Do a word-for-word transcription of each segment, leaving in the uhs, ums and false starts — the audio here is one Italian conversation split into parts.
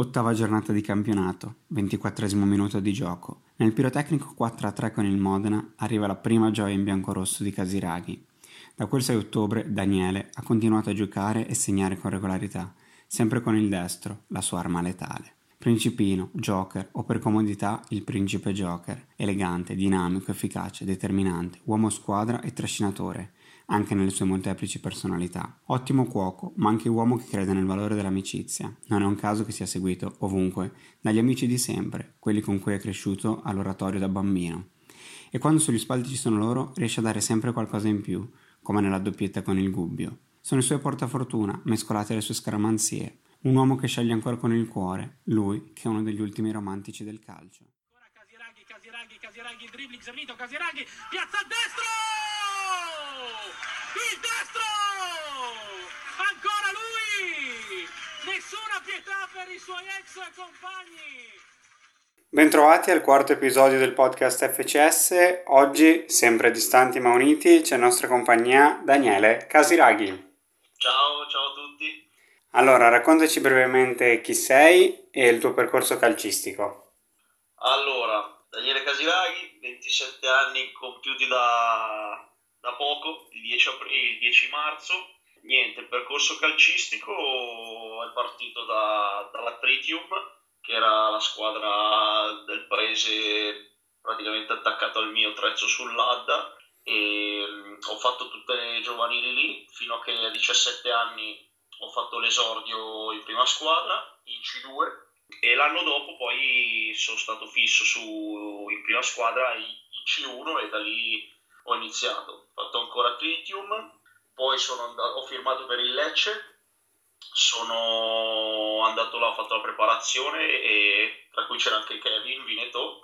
Ottava giornata di campionato, ventiquattresimo minuto di gioco. Nel pirotecnico quattro a tre con il Modena arriva la prima gioia in biancorosso di Casiraghi. Da quel sei ottobre Daniele ha continuato a giocare e segnare con regolarità, sempre con il destro, la sua arma letale. Principino, joker o per comodità il principe joker, elegante, dinamico, efficace, determinante, uomo squadra e trascinatore, anche nelle sue molteplici personalità. Ottimo cuoco, ma anche uomo che crede nel valore dell'amicizia. Non è un caso che sia seguito, ovunque, dagli amici di sempre, quelli con cui è cresciuto all'oratorio da bambino. E quando sugli spalti ci sono loro, riesce a dare sempre qualcosa in più, come nella doppietta con il Gubbio. Sono i suoi portafortuna, mescolati alle sue scaramanzie. Un uomo che sceglie ancora con il cuore, lui che è uno degli ultimi romantici del calcio. Ancora Casiraghi, Casiraghi, Casiraghi, il dribbling eseguito, Casiraghi, piazza al destro! Il destro! Ancora lui! Nessuna pietà per i suoi ex compagni! Bentrovati al quarto episodio del podcast F C S. Oggi, sempre distanti ma uniti, c'è in nostra compagnia Daniele Casiraghi. Ciao, ciao a tutti. Allora, raccontaci brevemente chi sei e il tuo percorso calcistico. Allora, Daniele Casiraghi, ventisette anni compiuti da, da poco, il dieci, aprile, il dieci marzo. Niente, il percorso calcistico è partito da, dalla Tritium, che era la squadra del paese praticamente attaccato al mio Trezzo sull'Adda, e um, ho fatto tutte le giovanili lì fino a che a diciassette anni ho fatto l'esordio in prima squadra, in C due, e l'anno dopo poi sono stato fisso su, in prima squadra in, in C uno e da lì ho iniziato. Ho fatto ancora Tritium, poi sono andato, ho firmato per il Lecce, sono andato là, ho fatto la preparazione, e tra cui c'era anche Kevin Vineto,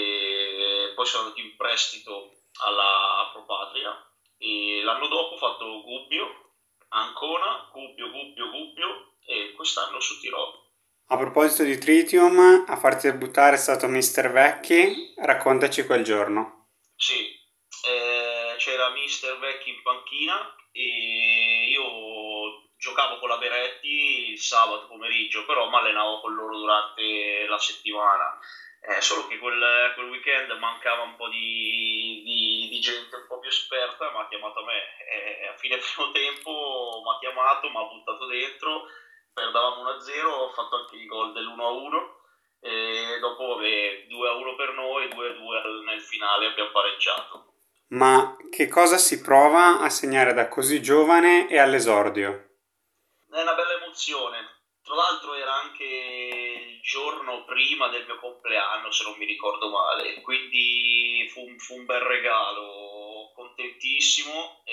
e poi sono andato in prestito alla Pro Patria, e l'anno dopo ho fatto Gubbio, Ancona, Gubbio, Gubbio, Gubbio e quest'anno su Tirolo. A proposito di Tritium, a farti debuttare è stato mister Vecchi, raccontaci quel giorno. Sì, eh, c'era mister Vecchi in panchina e io giocavo con la Beretti il sabato pomeriggio, però mi allenavo con loro durante la settimana. Eh, solo che quel, quel weekend mancava un po' di, di, di gente un po' più esperta, mi ha chiamato a me. Eh, a fine primo tempo mi ha chiamato, mi ha buttato dentro, perdavamo uno a zero, ho fatto anche il gol dell'uno a uno, e dopo vabbè, due a uno per noi, due a due nel finale abbiamo pareggiato. Ma che cosa si prova a segnare da così giovane e all'esordio? È una bella emozione. Tra l'altro era anche il giorno prima del mio compleanno, se non mi ricordo male, quindi fu un, fu un bel regalo, contentissimo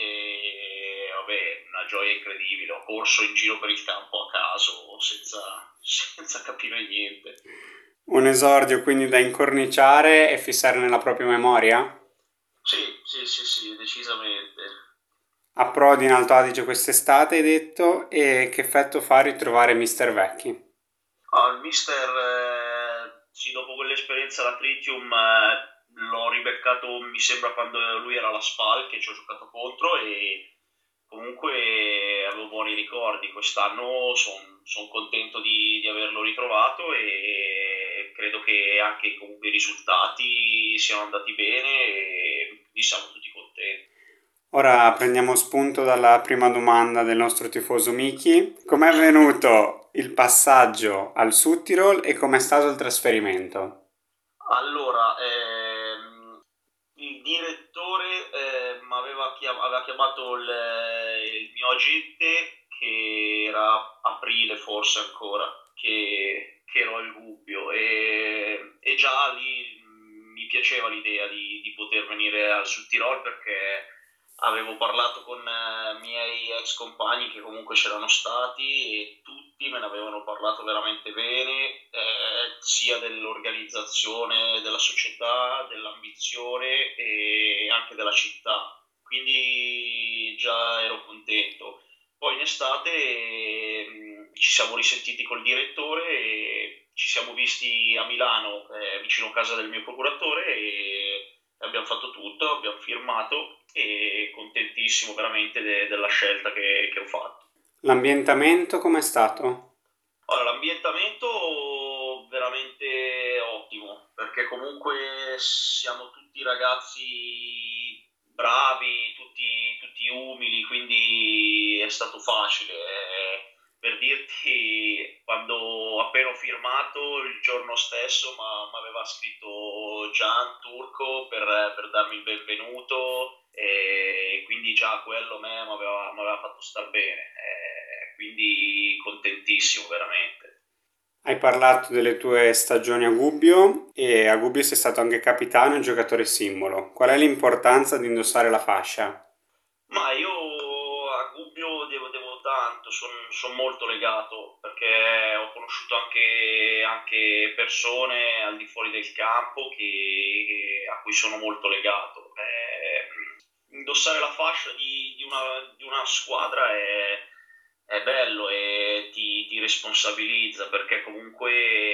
e vabbè, una gioia incredibile. Ho corso in giro per il campo a caso, senza, senza capire niente. Un esordio quindi da incorniciare e fissare nella propria memoria? Sì, sì, sì, sì, decisamente. Approdi in Alto Adige quest'estate, hai detto, e che effetto fa ritrovare mister Vecchi? Ah, il mister, eh, sì, dopo quell'esperienza alla Tritium eh, l'ho ribeccato, mi sembra, quando lui era alla Spal, che ci ho giocato contro, e comunque avevo buoni ricordi. Quest'anno sono son contento di, di averlo ritrovato e credo che anche comunque i risultati siano andati bene e quindi siamo tutti contenti. Ora prendiamo spunto dalla prima domanda del nostro tifoso Miki. Com'è avvenuto il passaggio al Südtirol e com'è stato il trasferimento? Allora, ehm, il direttore eh, mi aveva, chiam- aveva chiamato il, il mio agente, che era aprile forse ancora, che, che ero al Gubbio, e, e già lì mh, mi piaceva l'idea di, di poter venire al Südtirol, perché avevo parlato con eh, miei ex compagni che comunque c'erano stati e tutti me ne avevano parlato veramente bene, eh, sia dell'organizzazione della società, dell'ambizione e anche della città. Quindi già ero contento. Poi in estate eh, ci siamo risentiti col direttore e ci siamo visti a Milano, eh, vicino a casa del mio procuratore, e abbiamo fatto tutto, abbiamo firmato, e contentissimo veramente de- della scelta che, che ho fatto. L'ambientamento com'è stato? Allora, l'ambientamento siamo tutti ragazzi bravi, tutti, tutti umili, quindi è stato facile. Eh, per dirti, quando appena ho firmato, il giorno stesso mi aveva scritto Gian Turco per, per darmi il benvenuto, e quindi già quello me mi aveva, aveva fatto star bene, eh, quindi contentissimo veramente. Hai parlato delle tue stagioni a Gubbio e a Gubbio sei stato anche capitano e giocatore simbolo. Qual è l'importanza di indossare la fascia? Ma io a Gubbio devo, devo tanto, sono son molto legato, perché ho conosciuto anche, anche persone al di fuori del campo che, a cui sono molto legato. Eh, indossare la fascia di, di, una, di una squadra è, è bello e ti, ti responsabilizza, perché comunque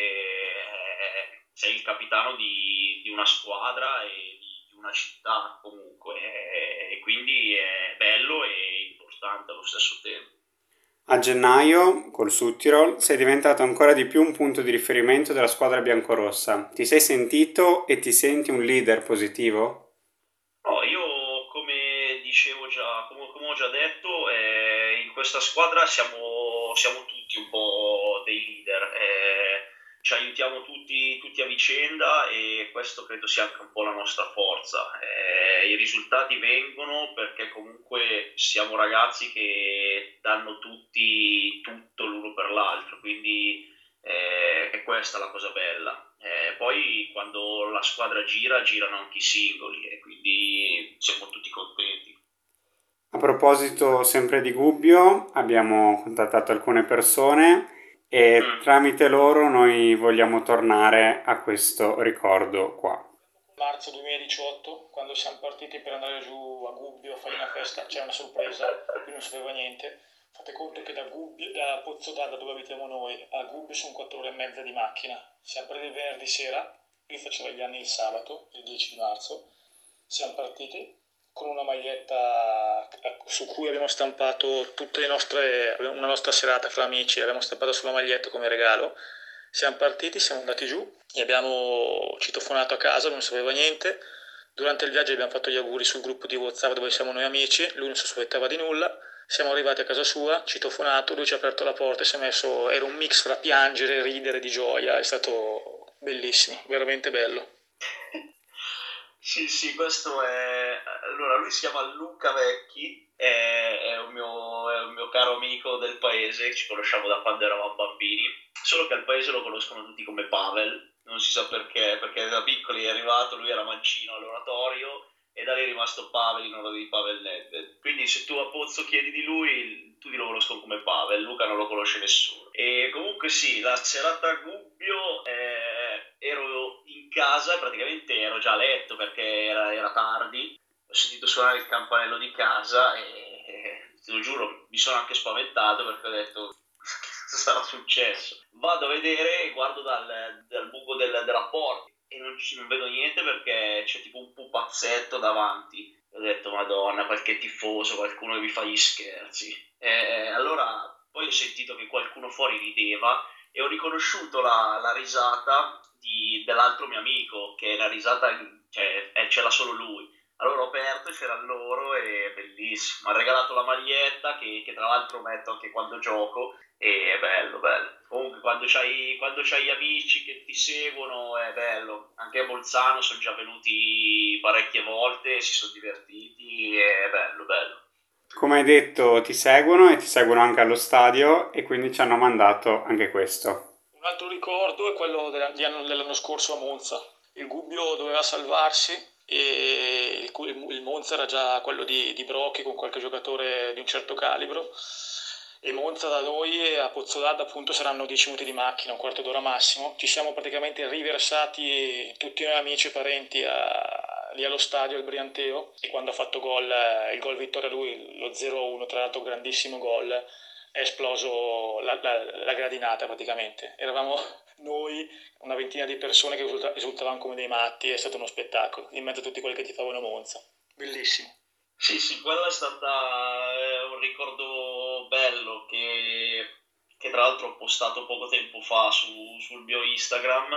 eh, sei il capitano di, di una squadra e di, di una città comunque, eh, e quindi è bello e importante allo stesso tempo. A gennaio, col Südtirol, sei diventato ancora di più un punto di riferimento della squadra biancorossa. Ti sei sentito e ti senti un leader positivo? No, io come dicevo già, come, come ho già detto, eh, in questa squadra siamo, siamo tutti un po' dei leader, eh, ci aiutiamo tutti, tutti a vicenda e questo credo sia anche un po' la nostra forza. Eh, I risultati vengono perché comunque siamo ragazzi che danno tutti tutto l'uno per l'altro, quindi eh, è questa la cosa bella. Eh, poi quando la squadra gira, girano anche i singoli e quindi siamo tutti contenti. A proposito sempre di Gubbio, abbiamo contattato alcune persone e Mm. tramite loro noi vogliamo tornare a questo ricordo qua. Marzo duemiladiciotto, quando siamo partiti per andare giù a Gubbio a fare una festa, c'era una sorpresa, qui non sapeva niente. Fate conto che da, Gubbio, da Pozzodada, dove abitiamo noi, a Gubbio sono quattro ore e mezza di macchina. Siamo partiti venerdì sera, io facevo gli anni il sabato, il dieci di marzo. Siamo partiti con una maglietta su cui abbiamo stampato tutte le nostre, una nostra serata fra amici, l'abbiamo stampata sulla maglietta come regalo. Siamo partiti, siamo andati giù e abbiamo citofonato a casa, non sapeva niente. Durante il viaggio abbiamo fatto gli auguri sul gruppo di WhatsApp dove siamo noi amici, lui non sospettava di nulla. Siamo arrivati a casa sua, citofonato, lui ci ha aperto la porta e si è messo, era un mix fra piangere e ridere di gioia, è stato bellissimo, veramente bello. Sì, sì, questo è... Allora, lui si chiama Luca Vecchi, è, è, un mio, è un mio caro amico del paese, ci conosciamo da quando eravamo bambini, solo che al paese lo conoscono tutti come Pavel, non si sa perché, perché da piccoli è arrivato, lui era mancino all'oratorio e da lì è rimasto Pavel in onore di Pavel Nedved. Quindi se tu a Pozzo chiedi di lui, tutti lo conoscono come Pavel, Luca non lo conosce nessuno. E comunque sì, la serata a Gubbio eh, ero in casa, praticamente ero già a letto perché era, era tardi, ho sentito suonare il campanello di casa e, e te lo giuro mi sono anche spaventato perché ho detto cosa sarà successo. Vado a vedere e guardo dal, dal buco del, della porta e non, non vedo niente perché c'è tipo un pupazzetto davanti. Ho detto madonna, qualche tifoso, qualcuno che vi fa gli scherzi. E allora poi ho sentito che qualcuno fuori rideva e ho riconosciuto la, la risata di, dell'altro mio amico, che la risata cioè, c'era solo lui. Allora ho aperto e c'era loro e bellissimo. Mi ha regalato la maglietta che, che tra l'altro metto anche quando gioco e è bello, bello. Comunque quando c'hai, quando c'hai gli amici che ti seguono è bello. Anche a Bolzano sono già venuti parecchie volte, si sono divertiti, è bello, bello. Come hai detto, ti seguono e ti seguono anche allo stadio e quindi ci hanno mandato anche questo. Un altro ricordo è quello dell'anno, dell'anno scorso a Monza. Il Gubbio doveva salvarsi e il, il Monza era già quello di, di Brocchi con qualche giocatore di un certo calibro. E Monza da noi a Pozzodada appunto saranno dieci minuti di macchina, un quarto d'ora massimo. Ci siamo praticamente riversati tutti noi amici e parenti a, lì allo stadio, al Brianteo, e quando ha fatto gol, il gol vittoria lui, lo zero a uno, tra l'altro grandissimo gol, è esploso la, la, la gradinata praticamente. Eravamo noi, una ventina di persone che esulta, esultavano come dei matti, è stato uno spettacolo, in mezzo a tutti quelli che tifavano Monza. Bellissimo. Sì, sì, quello è stato eh, un ricordo bello che, che tra l'altro ho postato poco tempo fa su, sul mio Instagram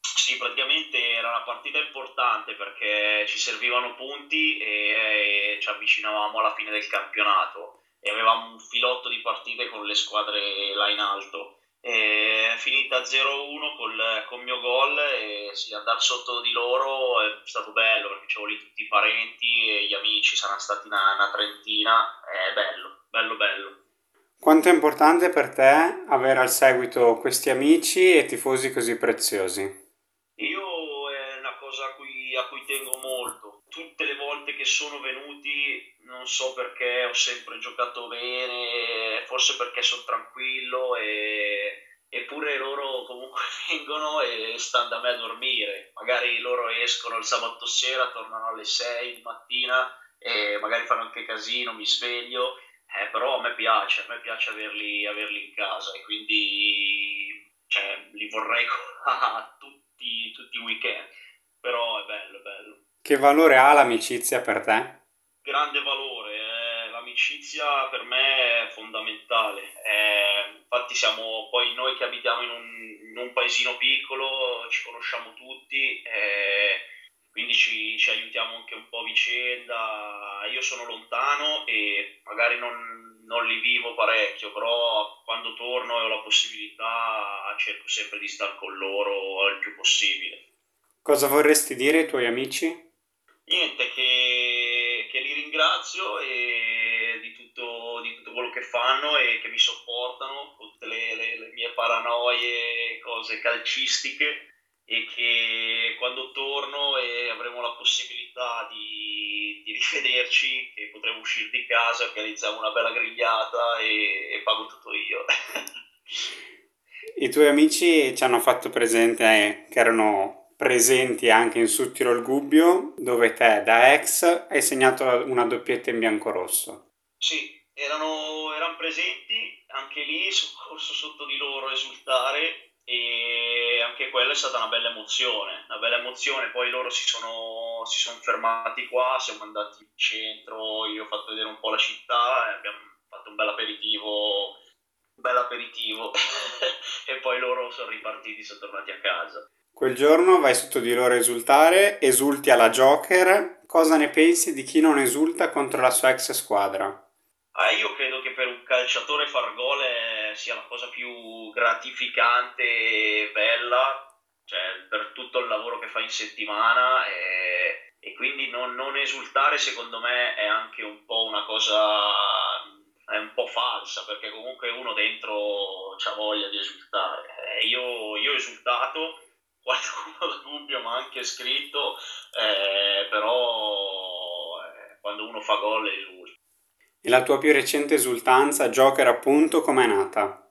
Sì, praticamente era una partita importante perché ci servivano punti e, e ci avvicinavamo alla fine del campionato e avevamo un filotto di partite con le squadre là in alto. È finita zero a uno col, col mio gol e sì, andare sotto di loro è stato bello perché c'avevo lì tutti i parenti e gli amici, saranno stati una, una trentina, è bello, bello bello. Quanto è importante per te avere al seguito questi amici e tifosi così preziosi? Io è una cosa a cui, a cui tengo molto. Tutte le volte che sono venuti, non so perché, ho sempre giocato bene, forse perché sono tranquillo e eppure loro comunque vengono e stanno da me a dormire. Magari loro escono il sabato sera, tornano alle sei di mattina e magari fanno anche casino, mi sveglio, eh, però a me piace, a me piace averli, averli in casa e quindi cioè, li vorrei a tutti, tutti i weekend, però è bello, è bello. Che valore ha l'amicizia per te? Grande valore, eh, l'amicizia per me è fondamentale, eh, infatti siamo poi noi che abitiamo in un, in un paesino piccolo, ci conosciamo tutti, eh, quindi ci, ci aiutiamo anche un po' a vicenda. Io sono lontano e magari non, non li vivo parecchio, però quando torno e ho la possibilità cerco sempre di star con loro il più possibile. Cosa vorresti dire ai tuoi amici? Niente, che, che li ringrazio e di tutto, di tutto quello che fanno e che mi sopportano con tutte le, le, le mie paranoie, cose calcistiche e che quando torno e avremo la possibilità di, di rivederci, che potremo uscire di casa, organizziamo una bella grigliata e, e pago tutto io. I tuoi amici ci hanno fatto presente che erano presenti anche in Suttirol Gubbio, dove te da ex hai segnato una doppietta in biancorosso. Sì, erano, erano presenti, anche lì sono corso sotto di loro a esultare e anche quella è stata una bella emozione, una bella emozione, poi loro si sono, si sono fermati qua, siamo andati in centro, io ho fatto vedere un po' la città e abbiamo fatto un bel aperitivo, un bel aperitivo e poi loro sono ripartiti, sono tornati a casa. Quel giorno vai sotto di loro a esultare, esulti alla Joker. Cosa ne pensi di chi non esulta contro la sua ex squadra? Ah, io credo che per un calciatore far gol è- sia la cosa più gratificante e bella, cioè per tutto il lavoro che fa in settimana e, e quindi non, non esultare secondo me è anche un po' una cosa, è un po' falsa perché comunque uno dentro ha voglia di esultare. Eh, io, io ho esultato, qualcuno da dubbio mi ha anche scritto, eh, però eh, quando uno fa gol esulta. E la tua più recente esultanza, Joker appunto, com'è nata?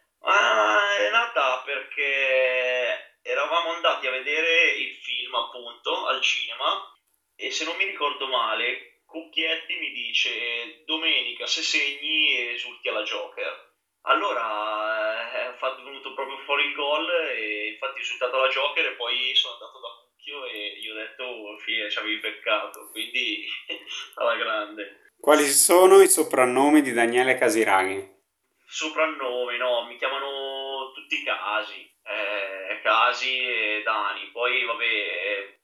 Ah, è nata perché eravamo andati a vedere il film appunto al cinema e se non mi ricordo male Cucchietti mi dice domenica se segni esulti alla Joker. Allora eh, è fatto- è venuto proprio fuori il gol e infatti ho esultato alla Joker e poi sono andato da Cucchio e gli ho detto oh, fine ci avevi peccato, quindi alla grande. Quali sono i soprannomi di Daniele Casiraghi? Soprannomi, no, mi chiamano tutti Casi, eh, Casi e Dani, poi vabbè, eh,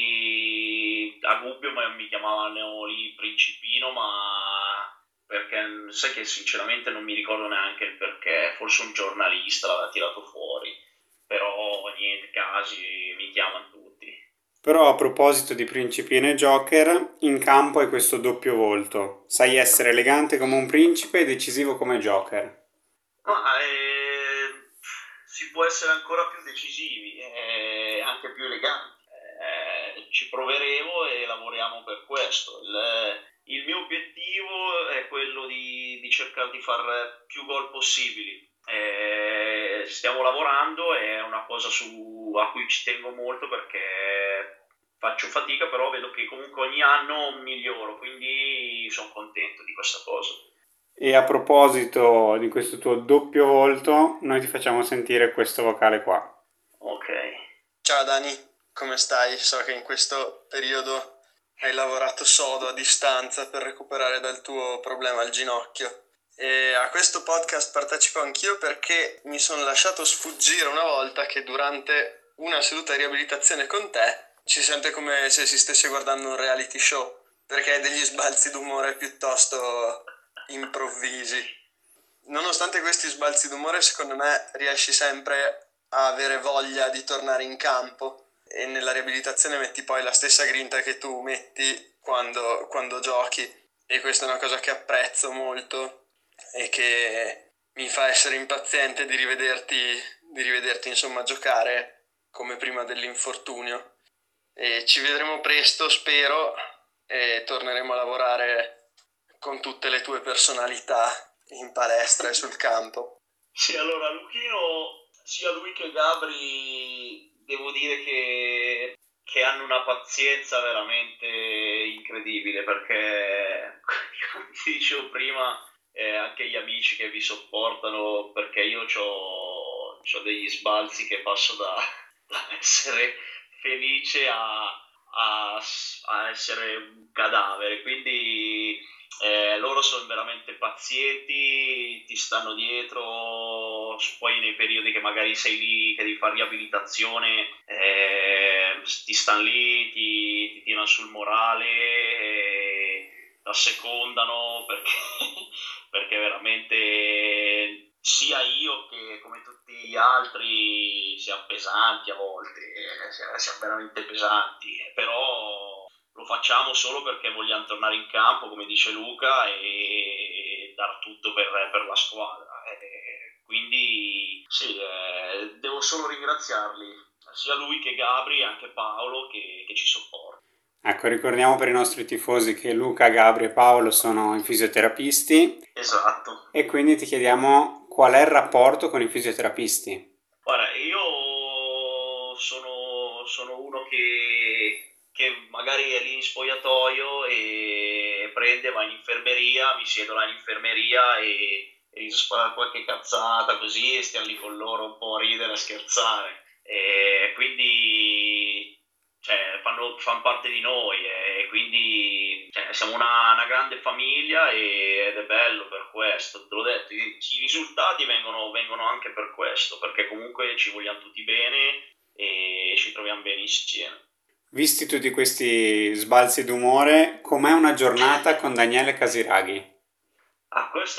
quelli a Gubbio ma mi chiamavano lì Principino, ma perché sai che sinceramente non mi ricordo neanche il perché, forse un giornalista l'aveva tirato fuori, però niente, Casi mi chiamano tutti. Però a proposito di Principino e Joker, in campo hai questo doppio volto. Sai essere elegante come un principe e decisivo come Joker. Ma eh, si può essere ancora più decisivi e anche più eleganti. Eh, ci proveremo e lavoriamo per questo. Il, il mio obiettivo è quello di, di cercare di fare più gol possibili. Eh, stiamo lavorando, è una cosa su, a cui ci tengo molto perché faccio fatica, però vedo che comunque ogni anno miglioro, quindi sono contento di questa cosa. E a proposito di questo tuo doppio volto, noi ti facciamo sentire questo vocale qua. Ok. Ciao Dani, come stai? So che in questo periodo hai lavorato sodo a distanza per recuperare dal tuo problema al ginocchio. E a questo podcast partecipo anch'io perché mi sono lasciato sfuggire una volta che durante un'assoluta riabilitazione con te, ci sente come se si stesse guardando un reality show, perché hai degli sbalzi d'umore piuttosto improvvisi. Nonostante questi sbalzi d'umore, secondo me riesci sempre a avere voglia di tornare in campo, e nella riabilitazione metti poi la stessa grinta che tu metti quando, quando giochi, e questa è una cosa che apprezzo molto e che mi fa essere impaziente di rivederti, di rivederti insomma giocare come prima dell'infortunio. E ci vedremo presto, spero, e torneremo a lavorare con tutte le tue personalità in palestra e sul campo. Sì, allora Luchino, sia lui che Gabri, devo dire che, che hanno una pazienza veramente incredibile, perché come ti dicevo prima, eh, anche gli amici che vi sopportano, perché io ho degli sbalzi che passo da, da essere felice a, a, a essere un cadavere, quindi eh, loro sono veramente pazienti, ti stanno dietro, poi nei periodi che magari sei lì, che devi fare riabilitazione, eh, ti stanno lì, ti, ti tirano sul morale, eh, assecondano, perché, perché veramente sia io che come tutti gli altri siamo pesanti a volte, eh, siamo veramente pesanti, però lo facciamo solo perché vogliamo tornare in campo, come dice Luca, e, e dar tutto per, per la squadra. E quindi sì, eh, devo solo ringraziarli, sia lui che Gabri e anche Paolo che, che ci sopporta. Ecco, ricordiamo per i nostri tifosi che Luca, Gabri e Paolo sono i fisioterapisti. Esatto. E quindi ti chiediamo qual è il rapporto con i fisioterapisti. Guarda, io sono, sono uno che, che magari è lì in spogliatoio e prende, va in infermeria, mi siedo là in infermeria e, e inizio a sparare qualche cazzata così e stiamo lì con loro un po' a ridere, a scherzare. E quindi cioè, fanno, fanno parte di noi e quindi cioè, siamo una, una grande famiglia e, ed è bello per questo, te l'ho detto, i, i risultati vengono, vengono anche per questo, perché comunque ci vogliamo tutti bene e ci troviamo bene insieme. Visti tutti questi sbalzi d'umore, com'è una giornata con Daniele Casiraghi? Ah, questo...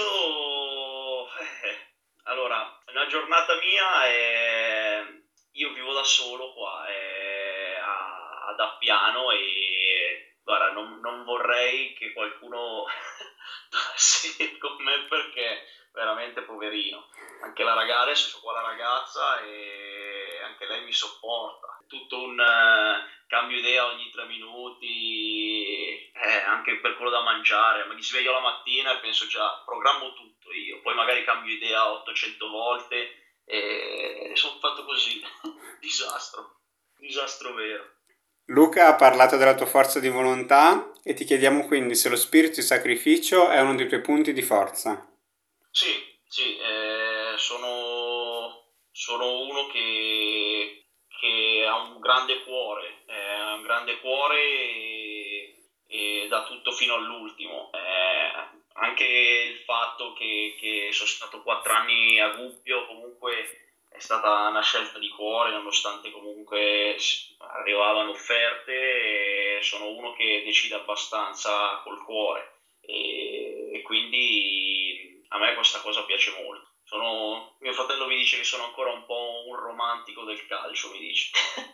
Eh, allora, una giornata mia è... Io vivo da solo qua, è a, ad Appiano e... Guarda, non, non vorrei che qualcuno dovesse dire con me perché veramente poverino. Anche la ragazza, adesso ho qua la ragazza e anche lei mi sopporta. Tutto un uh, cambio idea ogni tre minuti, eh, anche per quello da mangiare. Mi sveglio la mattina e penso già, programmo tutto io, poi magari cambio idea ottocento volte e sono fatto così. Disastro, disastro vero. Luca ha parlato della tua forza di volontà e ti chiediamo quindi se lo spirito di sacrificio è uno dei tuoi punti di forza. Sì, sì, eh, sono, sono uno che, che ha un grande cuore, eh, ha un grande cuore e, e dà tutto fino all'ultimo. Eh, anche il fatto che, che sono stato quattro anni a Gubbio comunque è stata una scelta di cuore, nonostante comunque arrivavano offerte e sono uno che decide abbastanza col cuore e, e quindi a me questa cosa piace molto. Sono, mio fratello mi dice che sono ancora un po' un romantico del calcio, mi dice.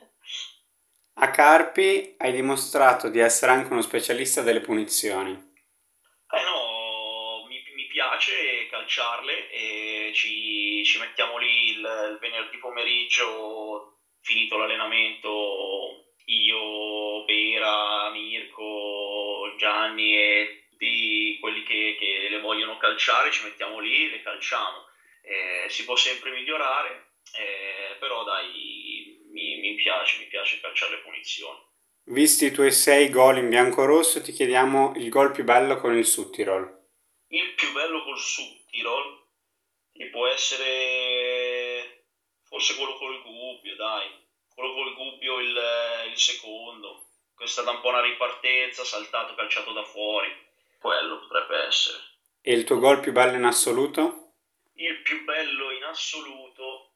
A Carpi hai dimostrato di essere anche uno specialista delle punizioni. Eh no, mi, mi piace calciarle e ci, ci mettiamo lì il, il venerdì pomeriggio, finito l'allenamento, io, Bera, Mirko, Gianni e tutti quelli che, che le vogliono calciare, ci mettiamo lì, le calciamo. Eh, si può sempre migliorare, eh, però dai, mi, mi piace, mi piace calciare le punizioni. Visti i tuoi sei gol in bianco-rosso, ti chiediamo il gol più bello con il Südtirol. Il più bello col Südtirol e può essere forse quello col Gubbio, dai. Quello col Gubbio il, il secondo. Questa è stata un po' una ripartenza, saltato, calciato da fuori. Quello potrebbe essere. E il tuo gol più bello in assoluto? Il più bello in assoluto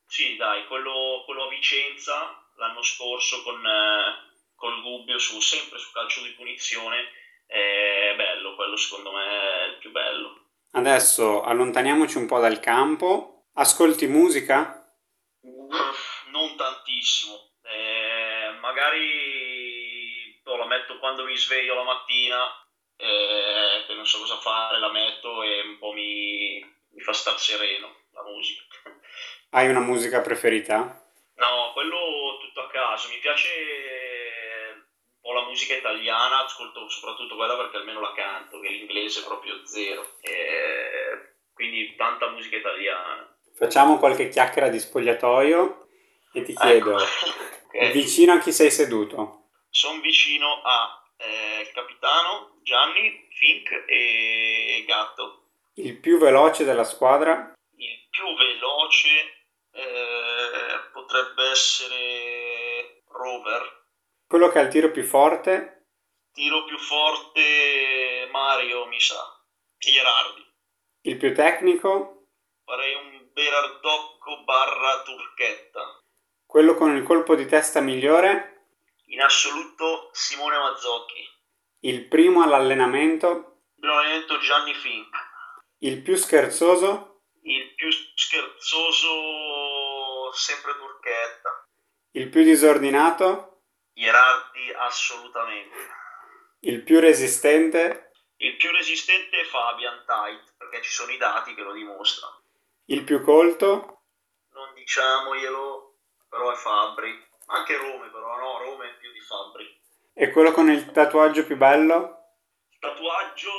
Sì, dai, quello, quello a Vicenza l'anno scorso con eh, col Gubbio, su, sempre su calcio di punizione, è bello, quello secondo me è il più bello. Adesso allontaniamoci un po' dal campo. Ascolti musica? Uff, non tantissimo, eh, magari oh, la metto quando mi sveglio la mattina, eh, che non so cosa fare, la metto e un po' mi, mi fa star sereno la musica. Hai una musica preferita? No, quello tutto a caso, mi piace un po' la musica italiana, ascolto soprattutto quella perché almeno la canto, che l'inglese è proprio zero, eh, quindi tanta musica italiana. Facciamo qualche chiacchiera di spogliatoio e ti chiedo, Ecco. Okay. Vicino a chi sei seduto? Sono vicino a eh, il capitano Gianni, Fink e Gatto. Il più veloce della squadra? Il più veloce eh, potrebbe essere Rover. Quello che ha il tiro più forte? Tiro più forte Mario, mi sa. Gerardi. Il più tecnico? Farei un Berardocco barra Turchetta. Quello con il colpo di testa migliore? In assoluto Simone Mazzocchi. Il primo all'allenamento? Allenamento Gianni Fink. Il più scherzoso? Il più scherzoso sempre Turchetta. Il più disordinato? Gerardi assolutamente. Il più resistente? Il più resistente è Fabian Tait, perché ci sono i dati che lo dimostrano. Il più colto? Non diciamoglielo, però è Fabbri. Anche Rome però, no, Rome è più di Fabbri. E quello con il tatuaggio più bello? Tatuaggio...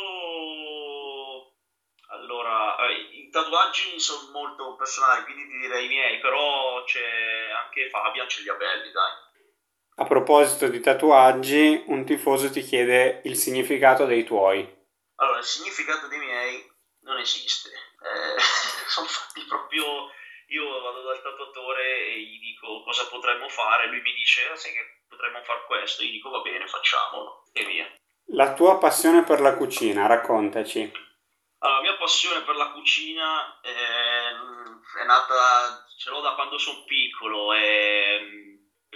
Allora, eh, i tatuaggi sono molto personali, quindi ti direi i miei, però c'è anche Fabian, ce li ha belli, dai. A proposito di tatuaggi, un tifoso ti chiede il significato dei tuoi. Allora, il significato dei miei non esiste. Eh, sono fatti proprio... Io vado dal tatuatore e gli dico cosa potremmo fare, lui mi dice, sai che potremmo fare questo, io dico va bene, facciamolo, e via. La tua passione per la cucina, raccontaci. Allora, la mia passione per la cucina è, è nata, ce l'ho da quando sono piccolo e...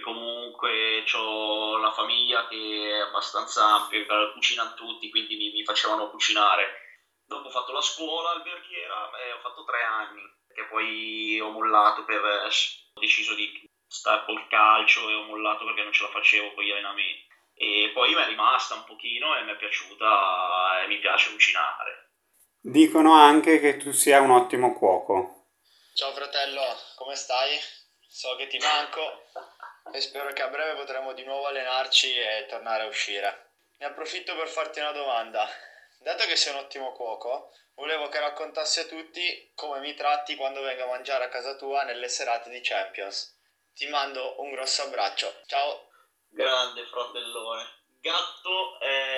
Comunque ho la famiglia che è abbastanza ampia, cucinano tutti, quindi mi, mi facevano cucinare. Dopo ho fatto la scuola alberghiera e ho fatto tre anni, perché poi ho mollato per... ho deciso di stare col calcio e ho mollato perché non ce la facevo con gli allenamenti. E poi mi è rimasta un pochino e mi è piaciuta e mi piace cucinare. Dicono anche che tu sia un ottimo cuoco. Ciao fratello, come stai? So che ti manco e spero che a breve potremo di nuovo allenarci e tornare a uscire. Ne approfitto per farti una domanda. Dato che sei un ottimo cuoco, volevo che raccontassi a tutti come mi tratti quando vengo a mangiare a casa tua nelle serate di Champions. Ti mando un grosso abbraccio. Ciao! Grande fratellone. Gatto,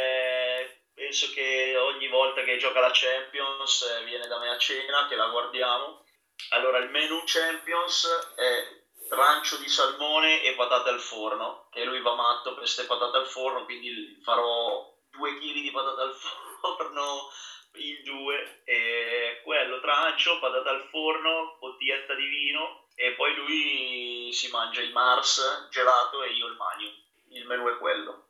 eh, penso che ogni volta che gioca la Champions eh, viene da me a cena, che la guardiamo. Allora, il menù Champions è trancio di salmone e patate al forno, che lui va matto per queste patate al forno, quindi farò due chili di patate al forno in due, e quello trancio, patate al forno, bottiglietta di vino, e poi lui si mangia il Mars gelato e io il Magnum. Il menù è quello.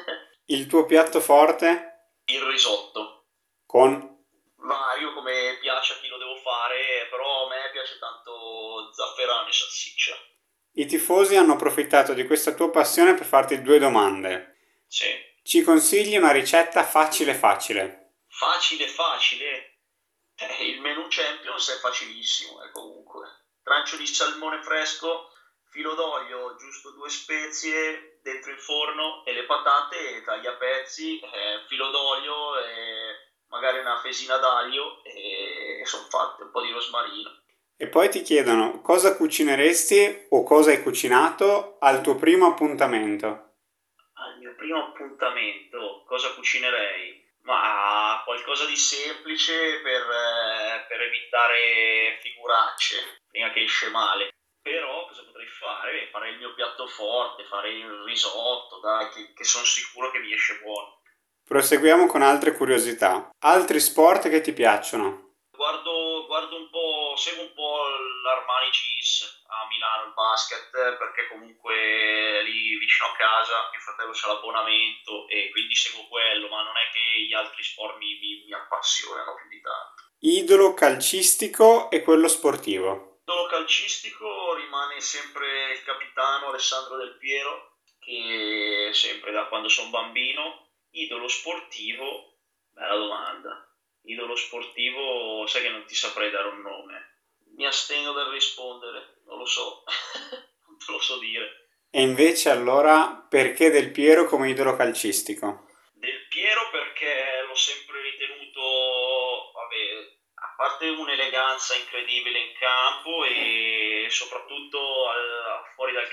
Il tuo piatto forte? Il risotto. Con? Vario come piace a chi lo devo fare, però a me piace tanto zafferano e salsiccia. I tifosi hanno approfittato di questa tua passione per farti due domande. Sì. Ci consigli una ricetta facile facile? Facile facile? Eh, il menù Champions è facilissimo, eh, comunque. Trancio di salmone fresco, filo d'olio, giusto due spezie dentro il forno e le patate tagli a pezzi, eh, filo d'olio e magari una fesina d'aglio e sono fatte, un po' di rosmarino. E poi ti chiedono cosa cucineresti o cosa hai cucinato al tuo primo appuntamento. Al mio primo appuntamento cosa cucinerei? Ma qualcosa di semplice per, eh, per evitare figuracce, prima che esce male. Però cosa potrei fare? Fare il mio piatto forte, fare il risotto, dai, che, che sono sicuro che mi esce buono. Proseguiamo con altre curiosità. Altri sport che ti piacciono? Guardo, guardo un po', seguo un po' l'Armani G I S a Milano il basket, perché comunque lì vicino a casa mio fratello c'ha l'abbonamento e quindi seguo quello, ma non è che gli altri sport mi, mi, mi appassionano più di tanto. Idolo calcistico e quello sportivo. Idolo calcistico rimane sempre il capitano Alessandro Del Piero, che sempre da quando sono bambino. Idolo sportivo, bella domanda. Idolo sportivo, sai che non ti saprei dare un nome. Mi astengo dal rispondere, non lo so, non te lo so dire. E invece allora, perché Del Piero come idolo calcistico? Del Piero perché l'ho sempre ritenuto, vabbè, a parte un'eleganza incredibile in campo e soprattutto al, fuori dal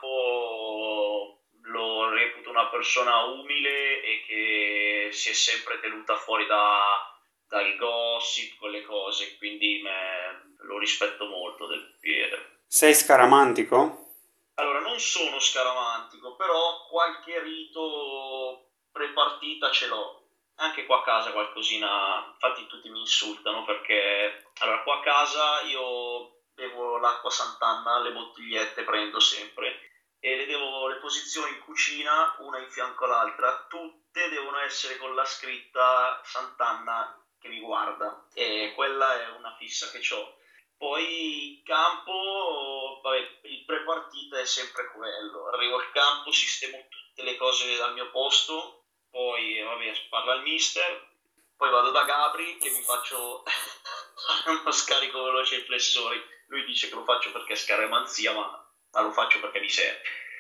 campo lo reputo una persona umile e che si è sempre tenuta fuori da, dal gossip, quelle cose, quindi me, lo rispetto molto Del Piero. Sei scaramantico? Allora, non sono scaramantico, però qualche rito prepartita ce l'ho. Anche qua a casa qualcosina, infatti tutti mi insultano perché, allora, qua a casa io bevo l'acqua Sant'Anna, le bottigliette prendo sempre e le devo, le posizioni in cucina, una in fianco all'altra, tutte devono essere con la scritta Sant'Anna che mi guarda e quella è una fissa che ho. Poi in campo, vabbè, il pre-partita è sempre quello. Arrivo al campo, sistemo tutte le cose al mio posto, poi vabbè, parla al mister, poi vado da Gabri che mi faccio uno scarico veloce ai flessori. Lui dice che lo faccio perché è scaramanzia, ma, ma lo faccio perché mi serve.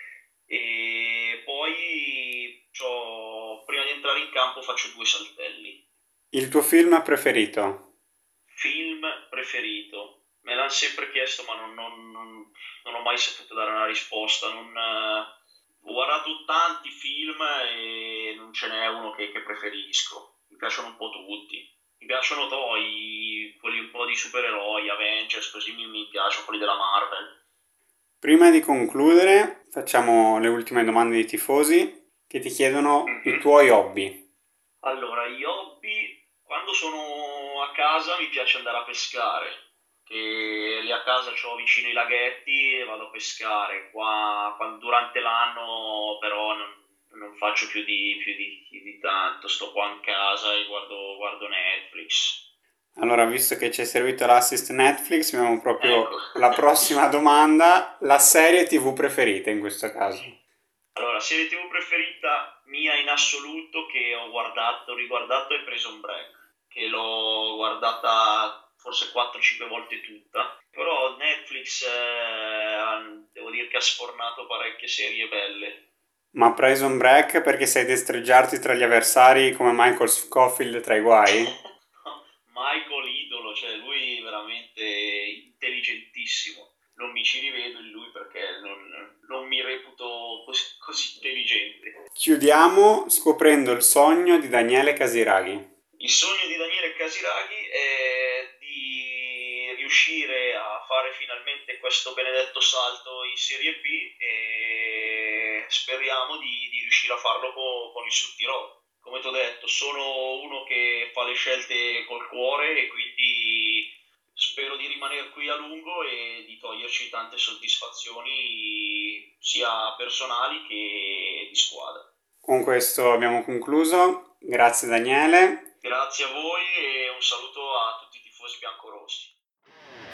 E poi c'ho, prima di entrare in campo faccio due saltelli. Il tuo film preferito? Film preferito? Me l'hanno sempre chiesto, ma non, non, non, non ho mai saputo dare una risposta. Non, eh, ho guardato tanti film e non ce n'è uno che, che preferisco. Mi piacciono un po' tutti. Mi piacciono poi quelli un po' di supereroi, Avengers, così mi, mi piacciono quelli della Marvel. Prima di concludere, facciamo le ultime domande dei tifosi che ti chiedono i tuoi hobby. Allora, gli hobby, quando sono a casa mi piace andare a pescare. Che lì a casa ho vicino i laghetti e vado a pescare. Qua, quando, durante l'anno però non, non faccio più di, più di, di tanto, sto qua in casa e guardo, guardo Netflix. Allora, visto che ci è servito l'assist Netflix, abbiamo proprio Ecco. la prossima domanda, la serie tivù preferita in questo caso. Allora, serie tivù preferita mia in assoluto che ho guardato, riguardato è Prison Break, che l'ho guardata forse quattro cinque volte tutta, però Netflix eh, devo dire che ha sfornato parecchie serie belle. Ma Prison Break perché sai destreggiarti tra gli avversari come Michael Scofield tra i guai? Michael idolo, cioè lui veramente intelligentissimo. Non mi ci rivedo in lui perché non, non mi reputo così, così intelligente. Chiudiamo scoprendo il sogno di Daniele Casiraghi. Il sogno di Daniele Casiraghi è di riuscire a fare finalmente questo benedetto salto in Serie B e speriamo di, di riuscire a farlo con, con il Südtirol. Come ti ho detto, sono uno che fa le scelte col cuore e quindi spero di rimanere qui a lungo e di toglierci tante soddisfazioni sia personali che di squadra. Con questo abbiamo concluso. Grazie Daniele. Grazie a voi e un saluto a tutti i tifosi biancorossi.